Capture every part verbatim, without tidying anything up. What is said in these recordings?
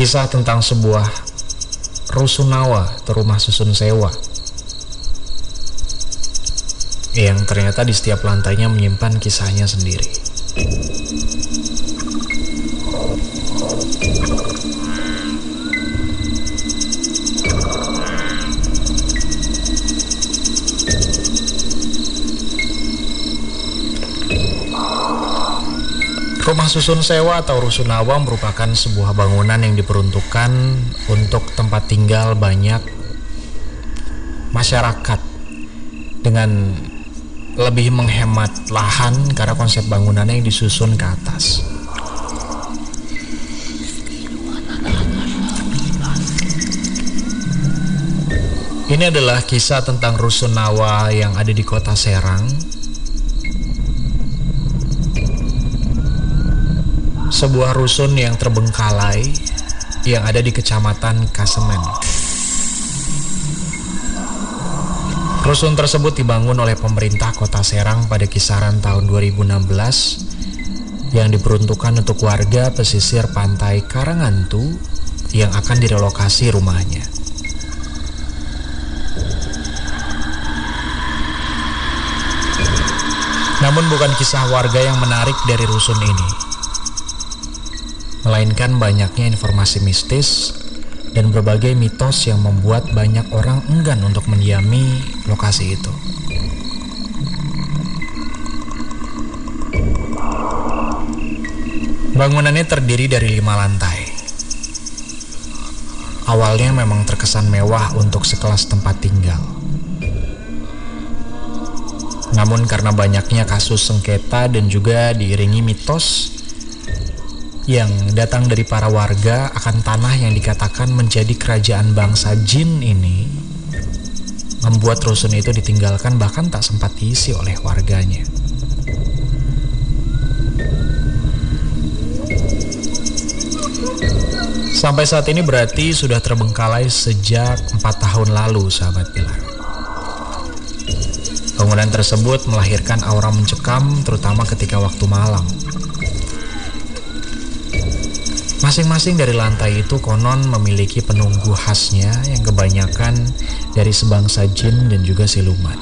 Kisah tentang sebuah rusunawa atau rumah susun sewa yang ternyata di setiap lantainya menyimpan kisahnya sendiri. Rumah susun sewa atau rusunawa merupakan sebuah bangunan yang diperuntukkan untuk tempat tinggal banyak masyarakat dengan lebih menghemat lahan karena konsep bangunannya yang disusun ke atas. Ini adalah kisah tentang rusunawa yang ada di kota Serang. Sebuah rusun yang terbengkalai yang ada di Kecamatan Kasemen. Rusun tersebut dibangun oleh pemerintah Kota Serang pada kisaran tahun dua ribu enam belas yang diperuntukkan untuk warga pesisir pantai Karangantu yang akan direlokasi rumahnya. Namun bukan kisah warga yang menarik dari rusun ini, melainkan banyaknya informasi mistis dan berbagai mitos yang membuat banyak orang enggan untuk mendiami lokasi itu. Bangunannya terdiri dari lima lantai. Awalnya memang terkesan mewah untuk sekelas tempat tinggal. Namun karena banyaknya kasus sengketa dan juga diiringi mitos yang datang dari para warga akan tanah yang dikatakan menjadi kerajaan bangsa jin ini, membuat rusun itu ditinggalkan bahkan tak sempat diisi oleh warganya. Sampai saat ini berarti sudah terbengkalai sejak empat tahun lalu, sahabat Pilar. Bangunan tersebut melahirkan aura mencekam terutama ketika waktu malam. Masing-masing dari lantai itu konon memiliki penunggu khasnya yang kebanyakan dari sebangsa jin dan juga siluman.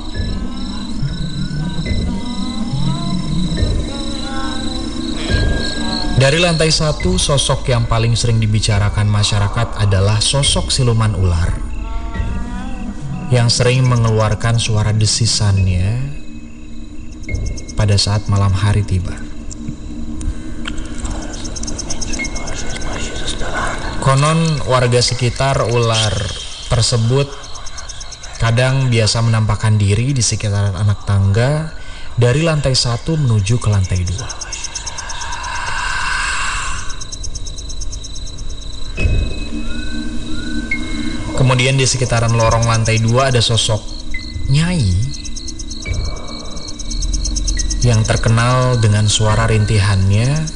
Dari lantai satu, sosok yang paling sering dibicarakan masyarakat adalah sosok siluman ular yang sering mengeluarkan suara desisannya pada saat malam hari tiba. Konon warga sekitar ular tersebut kadang biasa menampakkan diri di sekitaran anak tangga dari lantai satu menuju ke lantai dua. Kemudian di sekitaran lorong lantai dua ada sosok nyai yang terkenal dengan suara rintihannya,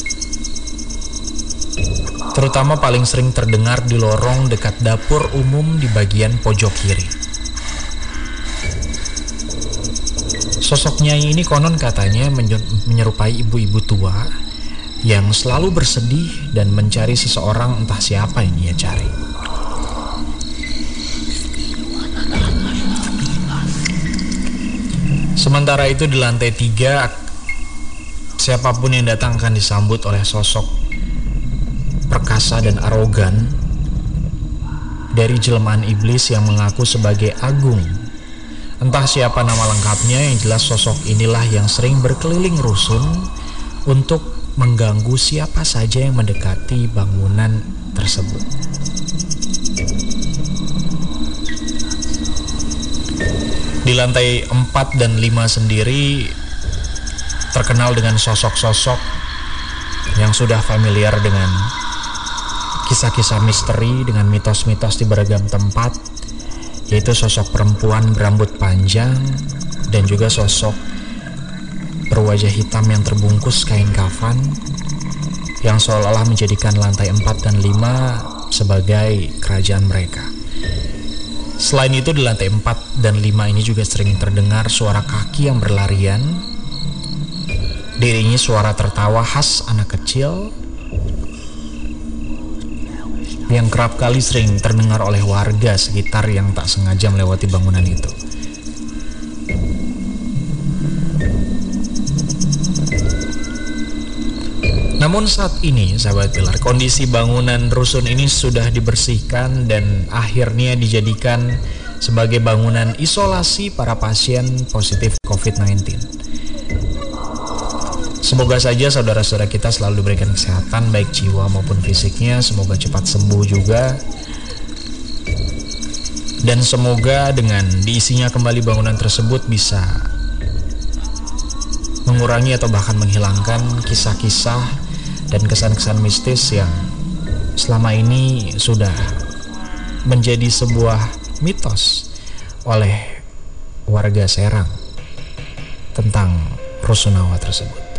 terutama paling sering terdengar di lorong dekat dapur umum di bagian pojok kiri. Sosok nyai ini konon katanya menyerupai ibu-ibu tua yang selalu bersedih dan mencari seseorang, entah siapa yang ia cari. Sementara itu di lantai tiga, siapapun yang datang akan disambut oleh sosok perkasa dan arogan dari jelmaan iblis yang mengaku sebagai Agung. Entah siapa nama lengkapnya, yang jelas sosok inilah yang sering berkeliling rusun untuk mengganggu siapa saja yang mendekati bangunan tersebut. Di lantai empat dan lima sendiri terkenal dengan sosok-sosok yang sudah familiar dengan kisah-kisah misteri dengan mitos-mitos di beragam tempat, yaitu sosok perempuan berambut panjang dan juga sosok berwajah hitam yang terbungkus kain kafan yang seolah-olah menjadikan lantai empat dan lima sebagai kerajaan mereka. Selain itu di lantai empat dan lima ini juga sering terdengar suara kaki yang berlarian, diiringi suara tertawa khas anak kecil, yang kerap kali sering terdengar oleh warga sekitar yang tak sengaja melewati bangunan itu. Namun saat ini, sahabat Pilar, kondisi bangunan rusun ini sudah dibersihkan dan akhirnya dijadikan sebagai bangunan isolasi para pasien positif covid sembilan belas. Semoga saja saudara-saudara kita selalu diberikan kesehatan baik jiwa maupun fisiknya. Semoga cepat sembuh juga. Dan semoga dengan diisinya kembali bangunan tersebut bisa mengurangi atau bahkan menghilangkan kisah-kisah dan kesan-kesan mistis yang selama ini sudah menjadi sebuah mitos oleh warga Serang tentang rusunawa tersebut.